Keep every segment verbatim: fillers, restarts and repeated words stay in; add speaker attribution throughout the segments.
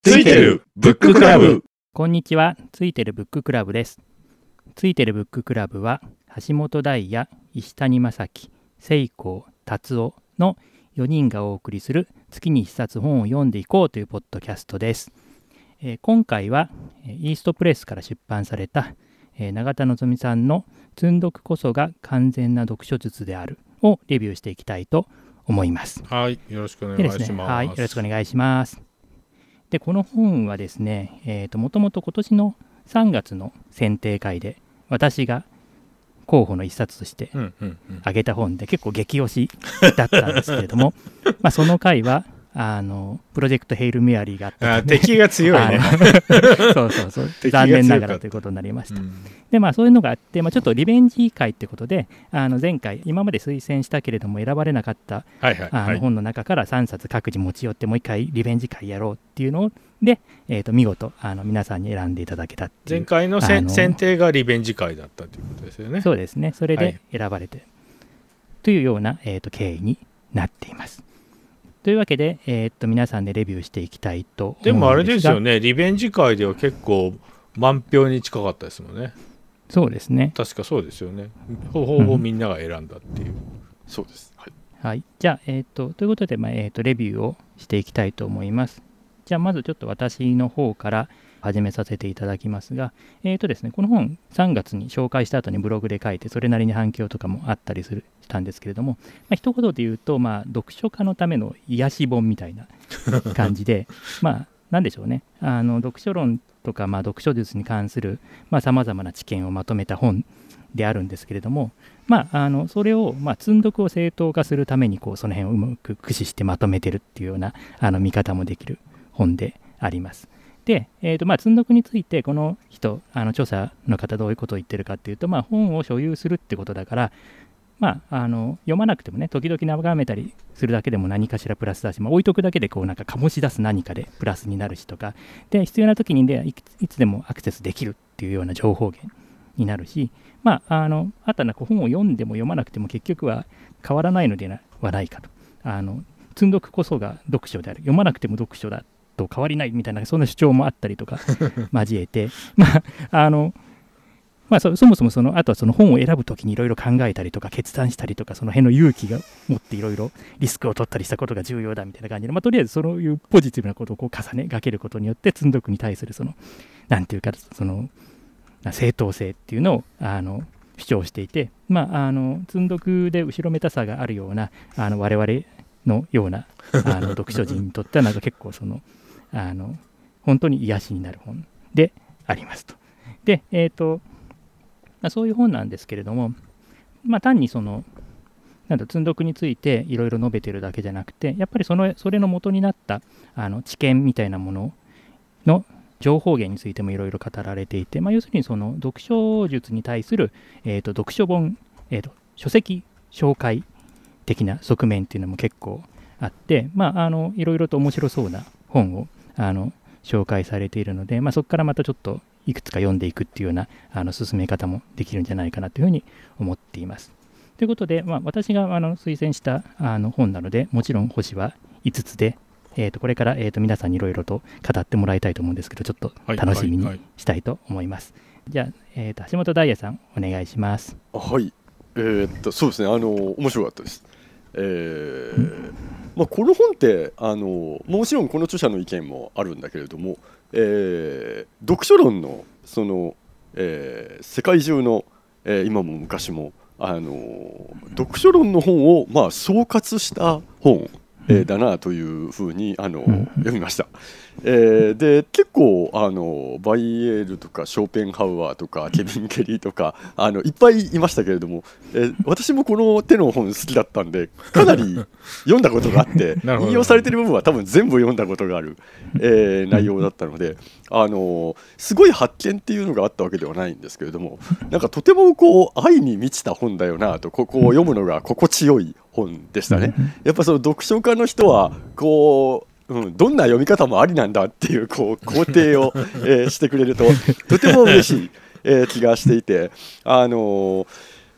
Speaker 1: ついてるブッククラブ。
Speaker 2: こんにちは、ついてるブッククラブです。ついてるブッククラブは橋本大也、石谷正樹、聖光達夫のよにんがお送りする月にいっさつ本を読んでいこうというポッドキャストです。えー、今回はイーストプレスから出版された、えー、永田望さんの積読こそが完全な読書術であるをレビューしていきたいと思います。
Speaker 1: はい、よろしくお願いします。
Speaker 2: ね、はい、よろしくお願いします。で、この本はですね、えーと、もともと今年のさんがつの選定会で私が候補の一冊として挙げた本で結構激推しだったんですけれどもまあその回はあのプロジェクトヘイルメアリーがあったので、
Speaker 1: あ、敵が強いね
Speaker 2: そうそうそう残念ながらということになりました、うん、でまあそういうのがあって、まあ、ちょっとリベンジ会ってことであの前回今まで推薦したけれども選ばれなかった、はいはいはい、あの本の中からさんさつ各自持ち寄ってもう一回リベンジ会やろうっていうので、えー、と見事あの皆さんに選んでいただけたっていう
Speaker 1: 前回の選定がリベンジ会だったということですよね。
Speaker 2: そうですね、それで選ばれて、はい、というような、えー、と経緯になっています。というわけで、えー、っと皆さんでレビューしていきたいと思うんですが、
Speaker 1: でもあれですよね、リベンジ会では結構満票に近かったですもんね。
Speaker 2: そうですね、
Speaker 1: 確かそうですよね。ほぼほぼみんなが選んだっていう、うん、
Speaker 3: そうです、はい
Speaker 2: はい、じゃあ、えー、っとということで、まあえー、っとレビューをしていきたいと思います。じゃあまずちょっと私の方から始めさせていただきますが、えーとですね、この本さんがつに紹介した後にブログで書いてそれなりに反響とかもあったりするしたんですけれども、まあ、一言で言うと、まあ、読書家のための癒し本みたいな感じでまあなんでしょうね、あの読書論とか、まあ、読書術に関するさまざまな知見をまとめた本であるんですけれども、まあ、あのそれを、まあ、積読を正当化するためにこうその辺をうまく駆使してまとめてるっていうようなあの見方もできる本であります。で、えーとまあ、積読についてこの人あの著者の方どういうことを言ってるかっていうと、まあ、本を所有するってことだから、まあ、あの読まなくてもね時々眺めたりするだけでも何かしらプラスだし、まあ、置いとくだけでこうなんか醸し出す何かでプラスになるしとかで必要な時にでいつでもアクセスできるっていうような情報源になるし、まあ、あのあとはなんか本を読んでも読まなくても結局は変わらないのではないかと。あの積読こそが読書である、読まなくても読書だと変わりないみたいなそんな主張もあったりとか交えてまああのまあ そ, そもそもそのあとはその本を選ぶときにいろいろ考えたりとか決断したりとかその辺の勇気が持っていろいろリスクを取ったりしたことが重要だみたいな感じで、まあ、とりあえずそういうポジティブなことをこう重ねがけることによって積読に対するそのなんていうかその正当性っていうのをあの主張していて、まああの積読で後ろめたさがあるようなあの我々のようなあの読書人にとってはなんか結構そのあの本当に癒しになる本でありますと。で、えーとまあ、そういう本なんですけれども、まあ、単にそのなんだ積読についていろいろ述べてるだけじゃなくて、やっぱりそのそれの元になったあの知見みたいなものの情報源についてもいろいろ語られていて、まあ、要するにその読書術に対する、えーと読書本、えーと書籍紹介的な側面っていうのも結構あって、まあ、あのいろいろと面白そうな本をあの紹介されているので、まあ、そこからまたちょっといくつか読んでいくっていうようなあの進め方もできるんじゃないかなというふうに思っています。ということで、まあ、私があの推薦したあの本なのでもちろん星はいつつで、えー、とこれから、えー、と皆さんにいろいろと語ってもらいたいと思うんですけどちょっと楽しみにしたいと思います。はいはいはい、じゃあ、えー、と橋本大也さんお願いします。
Speaker 3: はい、えー、っとそうですね、あの面白かったです。えーまあ、この本ってあのもちろんこの著者の意見もあるんだけれども、えー、読書論のその、えー、世界中の、えー、今も昔もあの読書論の本を、まあ、総括した本、えー、だなというふうにあの読みました。えー、で結構あのバイエルとかショーペンハウアーとかケビン・ケリーとかあのいっぱいいましたけれども、えー、私もこの手の本好きだったんでかなり読んだことがあって引用されている部分は多分全部読んだことがある、えー、内容だったのであのすごい発見っていうのがあったわけではないんですけれども、なんかとてもこう愛に満ちた本だよなと、ここを読むのが心地よい本でしたね。やっぱその読書家の人はこううん、どんな読み方もありなんだっていう、こう肯定を、えー、してくれるととても嬉しい、えー、気がしていて、あのー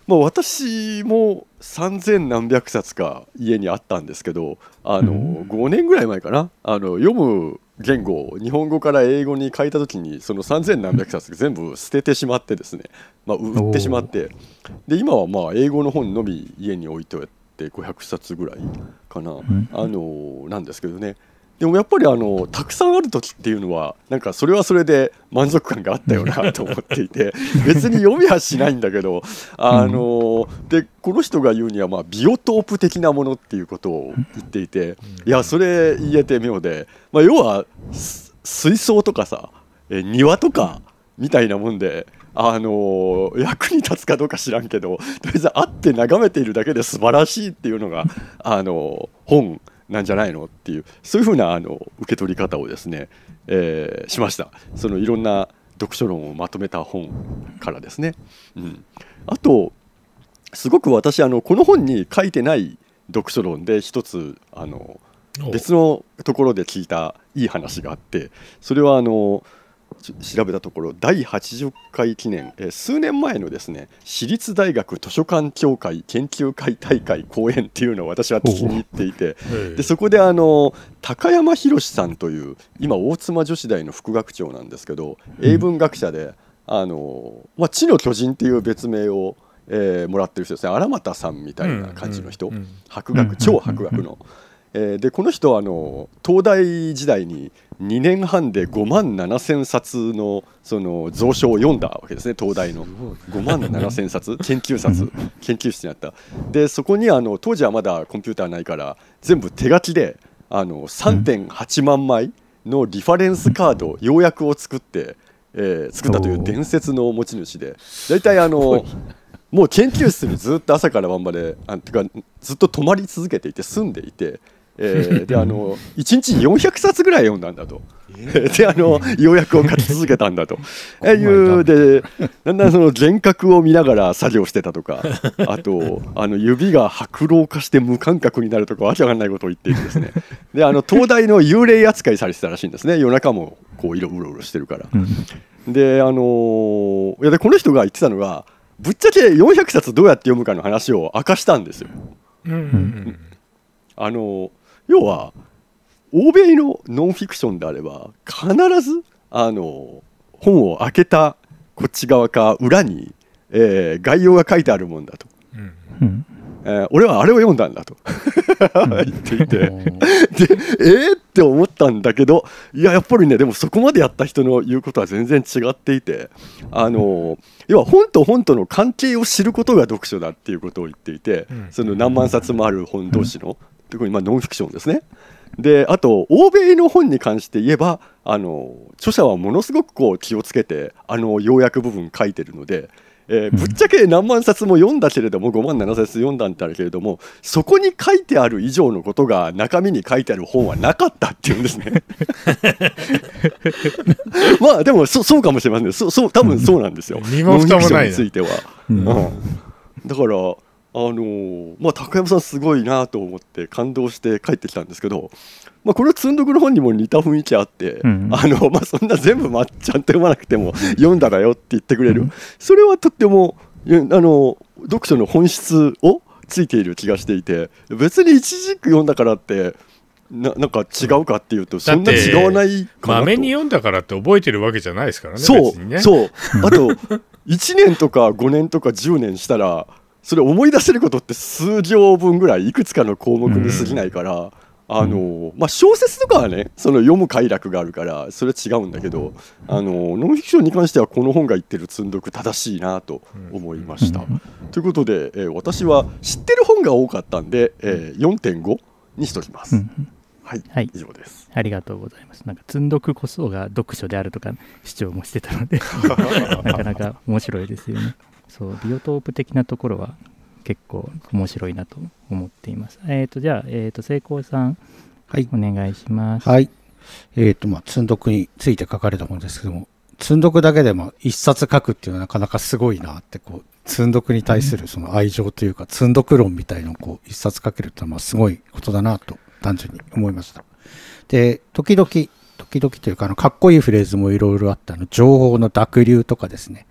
Speaker 3: まあ、私もさんぜんなんびゃくさつか家にあったんですけど、あの、うん、ごねんぐらい前かな、あの読む言語を日本語から英語に変えた時にそのさんぜんなんびゃくさつ全部捨ててしまってですね、まあ、売ってしまって、で今はまあ英語の本のみ家に置いておいてごひゃくさつぐらいかな、うん、あのなんですけどね。でもやっぱりあのたくさんある時っていうのはなんかそれはそれで満足感があったよなと思っていて別に読みはしないんだけど、あのでこの人が言うにはまあビオトープ的なものっていうことを言っていて、いやそれ言えて妙で、まあ、要は水槽とかさえ庭とかみたいなもんで、あの役に立つかどうか知らんけどとりあえず会って眺めているだけで素晴らしいっていうのがあの本なんじゃないのっていう、そういうふうなあの受け取り方をですね、えー、しました。そのいろんな読書論をまとめた本からですね、うん、あとすごく私あのこの本に書いてない読書論で一つあの別のところで聞いたいい話があって、それはあの調べたところだいはちじゅっかい記念、えー、数年前のですね私立大学図書館協会研究会大会講演っていうのを私は聞きに行っていて、でそこであの高山博さんという今大妻女子大の副学長なんですけど、英文学者であの、まあ、知の巨人っていう別名を、えー、もらってる人ですね。荒俣さんみたいな感じの人、博学超博学の、えー、でこの人はあの東大時代ににねんはんでごまんななせんさつ の, その蔵書を読んだわけですね。東大のごまんななせんさつ研究冊研究室にあった。でそこにあの当時はまだコンピューターないから全部手書きであの さんてんはちまんまいのリファレンスカード要約を作って、えー、作ったという伝説の持ち主で、だいたいあのもう研究室にずっと朝から晩まであてかずっと泊まり続けていて住んでいて、えー、であのいちにちによんひゃくさつぐらい読んだんだと、えー、であの要約を書き続けたんだというで、だんだんその幻覚を見ながら作業してたとか、あとあの指が白老化して無感覚になるとかわけわかんないことを言っていてですね、であの東大の幽霊扱いされてたらしいんですね。夜中もこういろうろうろしてるから、うん、であのいやでこの人が言ってたのがぶっちゃけよんひゃくさつどうやって読むかの話を明かしたんですよ。うんうんうん、あの要は欧米のノンフィクションであれば必ずあの本を開けたこっち側か裏に、えー、概要が書いてあるもんだと、うんえー、俺はあれを読んだんだと言っていてでえーって思ったんだけど、いややっぱりねでもそこまでやった人の言うことは全然違っていて、あの要は本と本との関係を知ることが読書だっていうことを言っていて、うん、その何万冊もある本同士の、うん、特にまあノンフィクションですね。であと欧米の本に関して言えばあの著者はものすごくこう気をつけてあの要約部分書いてるので、えー、ぶっちゃけ何万冊も読んだけれどもごまんななせんさつ読んだんだけれどもそこに書いてある以上のことが中身に書いてある本はなかったっていうんですねまあでも そ, そうかもしれませんね。そそう多分そうなんですよ
Speaker 1: 身も蓋もないな
Speaker 3: ノンフィクションについては、うん、だからあのーまあ、高山さんすごいなと思って感動して帰ってきたんですけど、まあ、これ積んどくの本にも似た雰囲気あって、うんあのまあ、そんな全部、ま、ちゃんと読まなくても読んだらよって言ってくれる、うん、それはとってもあの読書の本質をついている気がしていて、別に一時読んだからってな, なんか違うかっていうとそんな違わないかなと。
Speaker 1: まめに読んだからって覚えてるわけじゃないですからね。
Speaker 3: そう
Speaker 1: 別にね。
Speaker 3: そうあといちねんとかごねんとかじゅうねんしたらそれ思い出せることって数行分ぐらいいくつかの項目に過ぎないから、うん、あのまあ、小説とかはねその読む快楽があるからそれは違うんだけど、あのノンフィクションに関してはこの本が言ってる積んどく正しいなと思いました、うん、ということで、えー、私は知ってる本が多かったんで、えー、よんてんご にしときます、うんはいはい、以上です。
Speaker 2: ありがとうございます。なんか積んどくこそが読書であるとか主張もしてたのでなかなか面白いですよね。そうビオトープ的なところは結構面白いなと思っています。えっ、ー、とじゃあ、えー、と成功さん、はい、お願いします。
Speaker 4: はい。えっ、ー、とまあ積んどくについて書かれたものですけども、積んどくだけでも一冊書くっていうのはなかなかすごいなってこう積んどくに対するその愛情というか積んどく論みたいのをこう一冊書けるってのはまあすごいことだなと単純に思いました。で時々時々というかあのかっこいいフレーズもいろいろあったあの情報の濁流とかですね、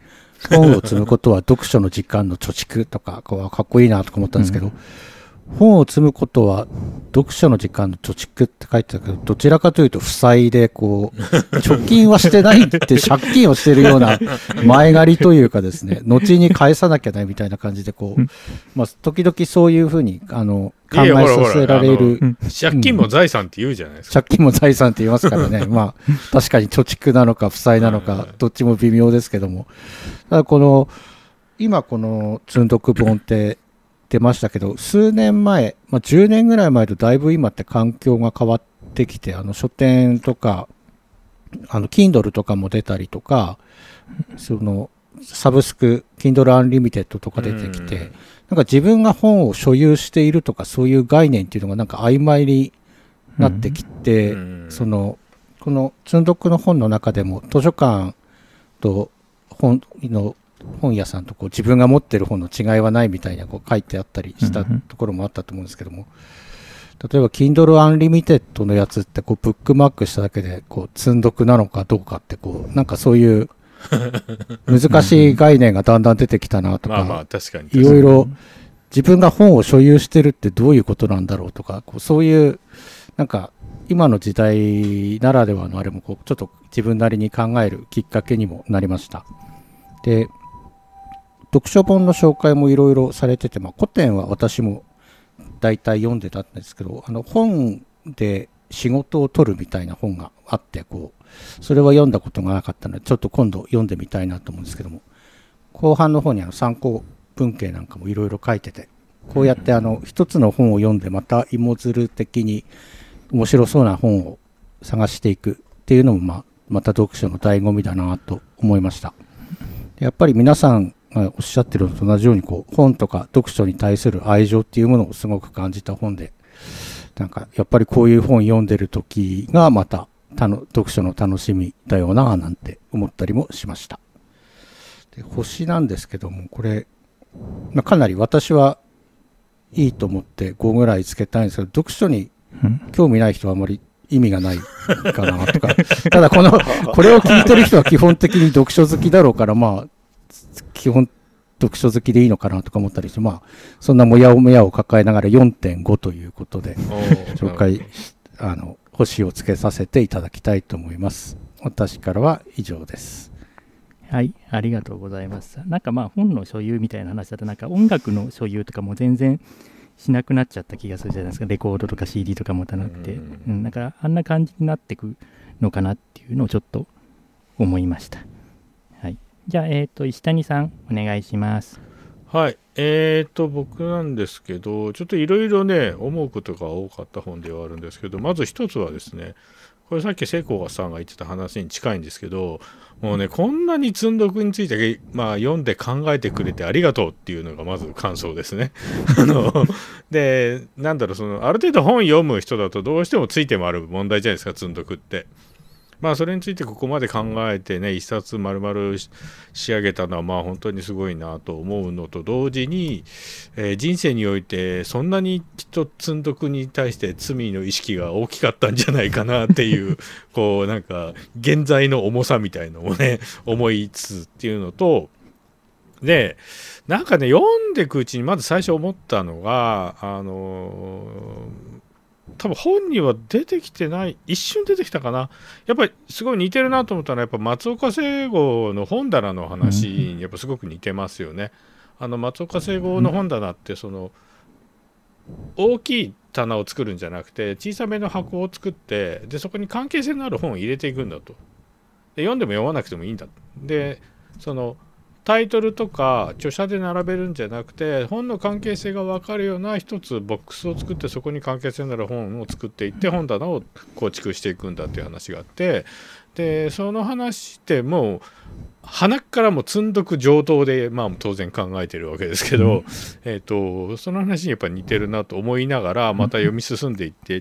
Speaker 4: 本を積むことは読書の時間の貯蓄とか、こうかっこいいなとか思ったんですけど、うん、本を積むことは読書の時間の貯蓄って書いてたけど、どちらかというと負債でこう貯金はしてないって借金をしてるような前借りというかですね、後に返さなきゃないみたいな感じでこう、まあ、時々そういうふうにあの考えさせられる。
Speaker 1: 借金も財産って言うじゃないですか。
Speaker 4: 借金も財産って言いますからね。まあ確かに貯蓄なのか負債なのかどっちも微妙ですけども、ただこの今この積読本って出ましたけど、数年前、まあ、じゅうねんぐらい前とだいぶ今って環境が変わってきて、あの書店とかあの Kindle とかも出たりとか、そのサブスク Kindle Unlimited とか出てきて、なんか自分が本を所有しているとかそういう概念っていうのがなんか曖昧になってきて、そのこの積読の本の中でも図書館と本の本屋さんとこう自分が持ってる本の違いはないみたいなこう書いてあったりしたところもあったと思うんですけども、例えば Kindle Unlimited のやつってこうブックマークしただけでこう積読なのかどうかってこうなんかそういう難しい概念がだんだん出てきたなとか、
Speaker 1: まあまあ確かに
Speaker 4: いろいろ自分が本を所有してるってどういうことなんだろうとか、こうそういうなんか今の時代ならではのあれもこうちょっと自分なりに考えるきっかけにもなりました。で読書本の紹介もいろいろされてて、まあ、古典は私も大体読んでたんですけど、あの本で仕事を取るみたいな本があって、こうそれは読んだことがなかったのでちょっと今度読んでみたいなと思うんですけども、後半の方にあの参考文献なんかもいろいろ書いてて、こうやってあの一つの本を読んでまた芋づる的に面白そうな本を探していくっていうのも、まあ、また読書の醍醐味だなと思いました。やっぱり皆さんおっしゃってるのと同じようにこう本とか読書に対する愛情っていうものをすごく感じた本で、なんかやっぱりこういう本読んでる時がまたたの読書の楽しみだよななんて思ったりもしました。で星なんですけども、これ、まあ、かなり私はいいと思ってごぐらいつけたいんですけど、読書に興味ない人はあまり意味がないかなとかただこのこれを聞いてる人は基本的に読書好きだろうから、まあ基本読書好きでいいのかなとか思ったりして、まあそんなもやもやを抱えながら よんてんご ということで紹介あの星をつけさせていただきたいと思います。私からは以上です。
Speaker 2: はい、ありがとうございます。なんかまあ本の所有みたいな話だと、なんか音楽の所有とかも全然しなくなっちゃった気がするじゃないですか。レコードとか シーディー とか持たなくて、うん、なんかあんな感じになってくのかなっていうのをちょっと思いました。はい、じゃあ、えっと石谷さんお願いします。
Speaker 1: はい、えーと僕なんですけど、ちょっといろいろね思うことが多かった本ではあるんですけど、まず一つはですね、これさっき聖光さんが言ってた話に近いんですけど、もうねこんなに積読について、まあ、読んで考えてくれてありがとうっていうのがまず感想ですね。あのでなんだろう、そのある程度本読む人だとどうしてもついて回る問題じゃないですか、積読って。まあそれについてここまで考えてね一冊丸々仕上げたのはまあ本当にすごいなと思うのと同時に、えー、人生においてそんなにきっと積読に対して罪の意識が大きかったんじゃないかなっていうこうなんか現在の重さみたいのをね思いつつっていうのと、でなんかね読んでいくうちにまず最初思ったのが、あのー多分本には出てきてない、一瞬出てきたかな、やっぱりすごい似てるなと思ったのはやっぱ松岡聖吾の本棚の話にやっぱすごく似てますよね。あの松岡聖吾の本棚ってその大きい棚を作るんじゃなくて小さめの箱を作って、でそこに関係性のある本を入れていくんだと。で読んでも読まなくてもいいんだ。でそのタイトルとか著者で並べるんじゃなくて、本の関係性が分かるような一つボックスを作って、そこに関係性のある本を作っていって本棚を構築していくんだっていう話があって、でその話ってもう鼻からも積読上等で、まあ当然考えてるわけですけど、うん、えーとその話にやっぱり似てるなと思いながらまた読み進んでいっていって、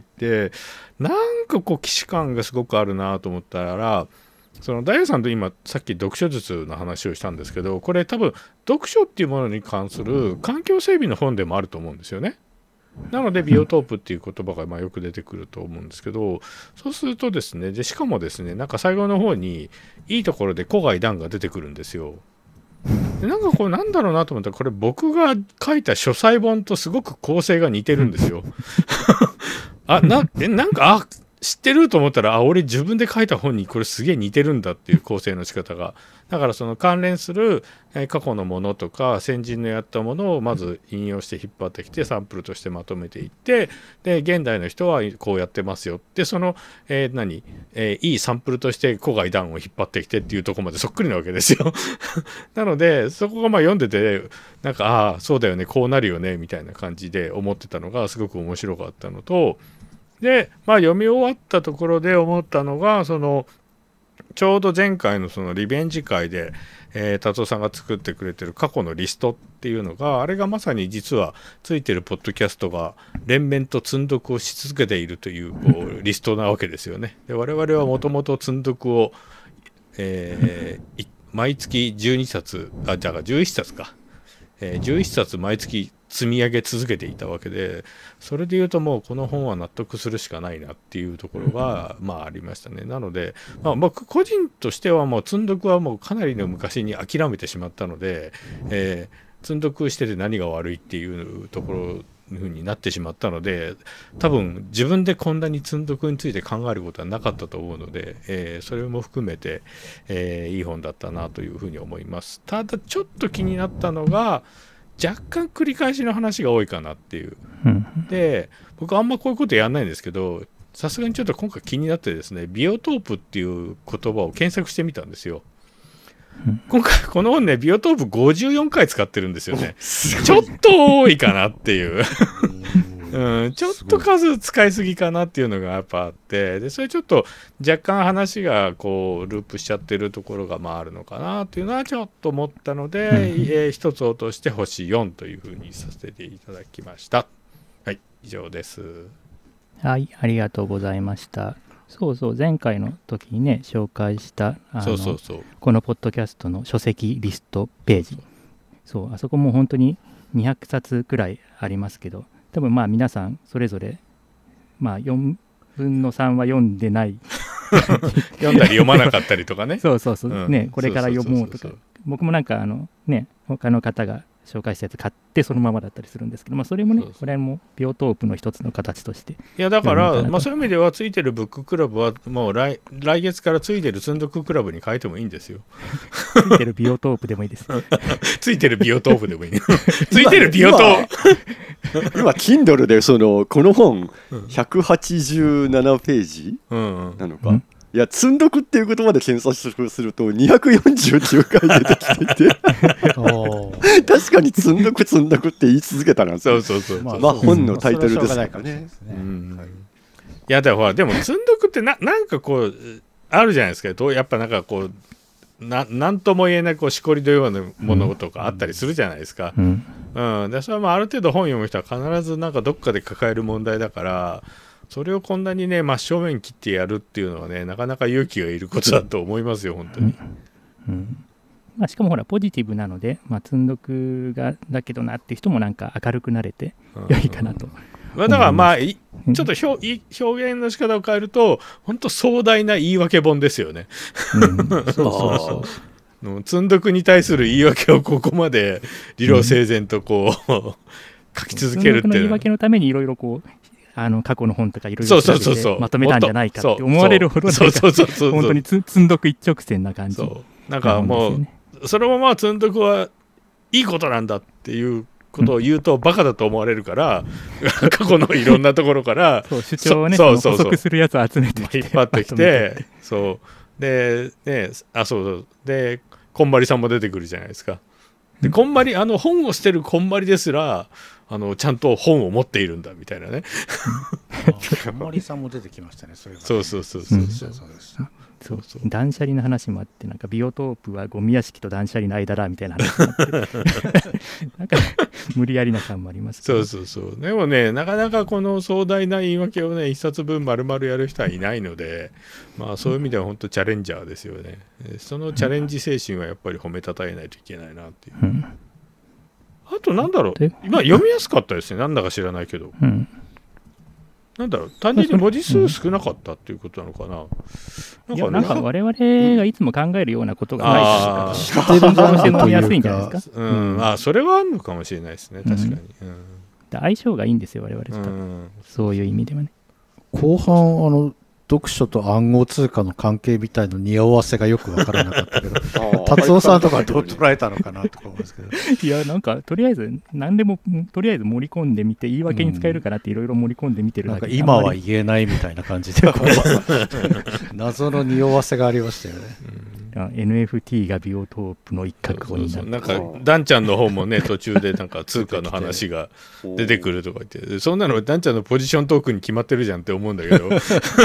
Speaker 1: なんかこう既視感がすごくあるなと思ったら、そのダイヤさんと今さっき読書術の話をしたんですけど、これ多分読書っていうものに関する環境整備の本でもあると思うんですよね。なのでビオトープっていう言葉がまあよく出てくると思うんですけど、そうするとですね、でしかもですね、なんか最後の方にいいところで古外段が出てくるんですよ。 でなんかこれなんだろうなと思ったらこれ僕が書いた書斎本とすごく構成が似てるんですよ。あなえなんかあ知ってると思ったらあ俺自分で書いた本にこれすげえ似てるんだっていう構成の仕方がだからその関連する過去のものとか先人のやったものをまず引用して引っ張ってきてサンプルとしてまとめていってで現代の人はこうやってますよでその、えー、何、えー、いいサンプルとして古外段を引っ張ってきてっていうところまでそっくりなわけですよ。なのでそこがまあ読んでてなんかああそうだよねこうなるよねみたいな感じで思ってたのがすごく面白かったのとで、まあ、読み終わったところで思ったのがそのちょうど前回のそのリベンジ会で、えー、達夫さんが作ってくれてる過去のリストっていうのがあれがまさに実はついてるポッドキャストが連綿と積んどくをし続けているというこうリストなわけですよね。で我々はもともと積んどくを、えー、毎月じゅうにさつあじゃあじゅういっさつか、えー、じゅういっさつ毎月積み上げ続けていたわけでそれでいうともうこの本は納得するしかないなっていうところがまあありましたね。なので、まあ、僕個人としてはもう積んどくはもうかなりの昔に諦めてしまったので、えー、積んどくしてて何が悪いっていうところふうになってしまったので多分自分でこんなに積んどくについて考えることはなかったと思うので、えー、それも含めて、えー、いい本だったなというふうに思います。ただちょっと気になったのが若干繰り返しの話が多いかなっていう、うん、で僕あんまこういうことやんないんですけどさすがにちょっと今回気になってですねビオトープっていう言葉を検索してみたんですよ、うん、今回この本ねビオトープごじゅうよんかい使ってるんですよね。ちょっと多いかなっていううん、ちょっと数使いすぎかなっていうのがやっぱあってでそれちょっと若干話がこうループしちゃってるところがまああるのかなっていうのはちょっと思ったので、うんえー、一つ落として星よんというふうにさせていただきました。はい以上です。
Speaker 2: はいありがとうございました。そうそう前回の時にね紹介したあのそうそうそうこのポッドキャストの書籍リストページそうあそこも本当ににひゃくさつくらいありますけど多分まあ皆さんそれぞれまあよんぶんのさんは読んでない
Speaker 1: 読んだり読まなかったりとかね
Speaker 2: そうそうそう、うん、ねこれから読もうとか僕もなんかあのね他の方が紹介したやつ買ってそのままだったりするんですけどまあそれもねこれもビオトープの一つの形としてい
Speaker 1: やだからまあそういう意味ではついてるブッククラブはもう 来, 来月からついてる積んどくクラブに変えてもいいんですよ。
Speaker 2: ついてるビオトープでもいいです
Speaker 1: ついてるビオトープでもいいついてるビオトー
Speaker 3: プ今 Kindle でそのこの本ひゃくはちじゅうななページなのか、うんうんいや積んどくっていう言葉で検索するとにひゃくよんじゅうきゅうかい出てきていて確かに積んどく積んどくって言い続けたな
Speaker 1: そうそうそう
Speaker 3: まあ、まあ、本のタイトルですからね。
Speaker 1: いやだからでも積んどくってななんかこうあるじゃないですかやっぱなんかこうななんとも言えないこうしこりのようなものとかあったりするじゃないですか、うんうん、でそれはまあある程度本読む人は必ずなんかどっかで抱える問題だからそれをこんなにね真正面切ってやるっていうのはねなかなか勇気がいることだと思いますよ本当に、うん
Speaker 2: うんまあ、しかもほらポジティブなので、まあ、積んどくがだけどなっていう人もなんか明るくなれて良いかなと、うん
Speaker 1: まあ、だからまあちょっと表、表現の仕方を変えると本当壮大な言い訳本ですよね、うん、そうそうそう積んどくに対する言い訳をここまで理路整然とこう、うん、書き続けるっていうの
Speaker 2: 言い訳のためにいろいろこうあの過去の本とかいろいろまとめたんじゃないかって思われるほどなんか本当に積んどく一直線な感じ
Speaker 1: なんかもうそのまま積んどくはいいことなんだっていうことを言うとバカだと思われるから、うん、過去のいろんなところから
Speaker 2: そう主張をね補足するやつを集めて
Speaker 1: 引っ張ってきてそうでねあそうそうでこんまりさんも出てくるじゃないですか。でこんまりあの本を捨てるこんまりですらあのちゃんと本を持っているんだみたいなね
Speaker 4: こんまりさんも出てきましたね。それがね
Speaker 1: そうそうそうそうそうそう
Speaker 2: そうそう断捨離の話もあってなんかビオトープはゴミ屋敷と断捨離の間だみたいな話になってなんか無理やりな感もありますけど
Speaker 1: そうそうそうでもねなかなかこの壮大な言い訳をね一冊分丸々やる人はいないのでまあそういう意味では本当チャレンジャーですよね。そのチャレンジ精神はやっぱり褒めたたえないといけないなっていう、うん、あとなんだろう今読みやすかったですねなんだか知らないけど、うんなんだろう、単純に文字数少なかったっていうことなのかな。
Speaker 2: いやなんか我々がいつも考えるようなことがないから、
Speaker 4: 知ってるジャンルと
Speaker 2: 読みやすい
Speaker 4: いう
Speaker 2: んじゃないです
Speaker 4: か、
Speaker 2: か。
Speaker 1: うん、あそれはあるのかもしれないですね、確かに。
Speaker 2: 相性がいいんですよ我々と、
Speaker 1: うん、
Speaker 2: そういう意味ではね。
Speaker 4: 後半あの読書と暗号通貨の関係みたいの匂わせがよく分からなかったけど達夫さんとかどう捉えたのかなとか思うんですけど
Speaker 2: いやなんかとりあえず何でもとりあえず盛り込んでみて言い訳に使えるかなっていろいろ盛り込んでみてるだけ、
Speaker 4: なんか今は言えないみたいな感じでこう謎の匂わせがありましたよね。
Speaker 2: エヌエフティー がビオトープの一角になって、
Speaker 1: なんかダンちゃんの方もね途中でなんか通貨の話が出てくるとか言ってそんなのダンちゃんのポジショントークに決まってるじゃんって思うんだけど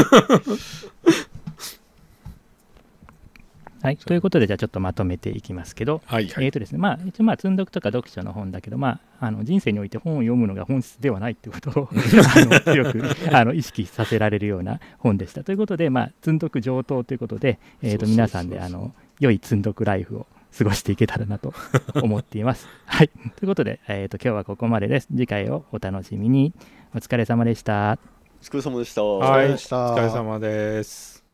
Speaker 2: はい、ということでじゃあちょっとまとめていきますけど、
Speaker 1: はいはい、
Speaker 2: えーとですね、まあ一応まあ積読とか読書の本だけど、まあ、あの人生において本を読むのが本質ではないということをあの強くあの意識させられるような本でした。ということで、まあ、積読上等ということで、えーと皆さんであの良い積読ライフを過ごしていけたらなと思っています。はい、ということで、えーと今日はここまでです。次回をお楽しみに。お疲れ様でした。
Speaker 3: お疲れ様でした。
Speaker 1: はい、お疲れ様です。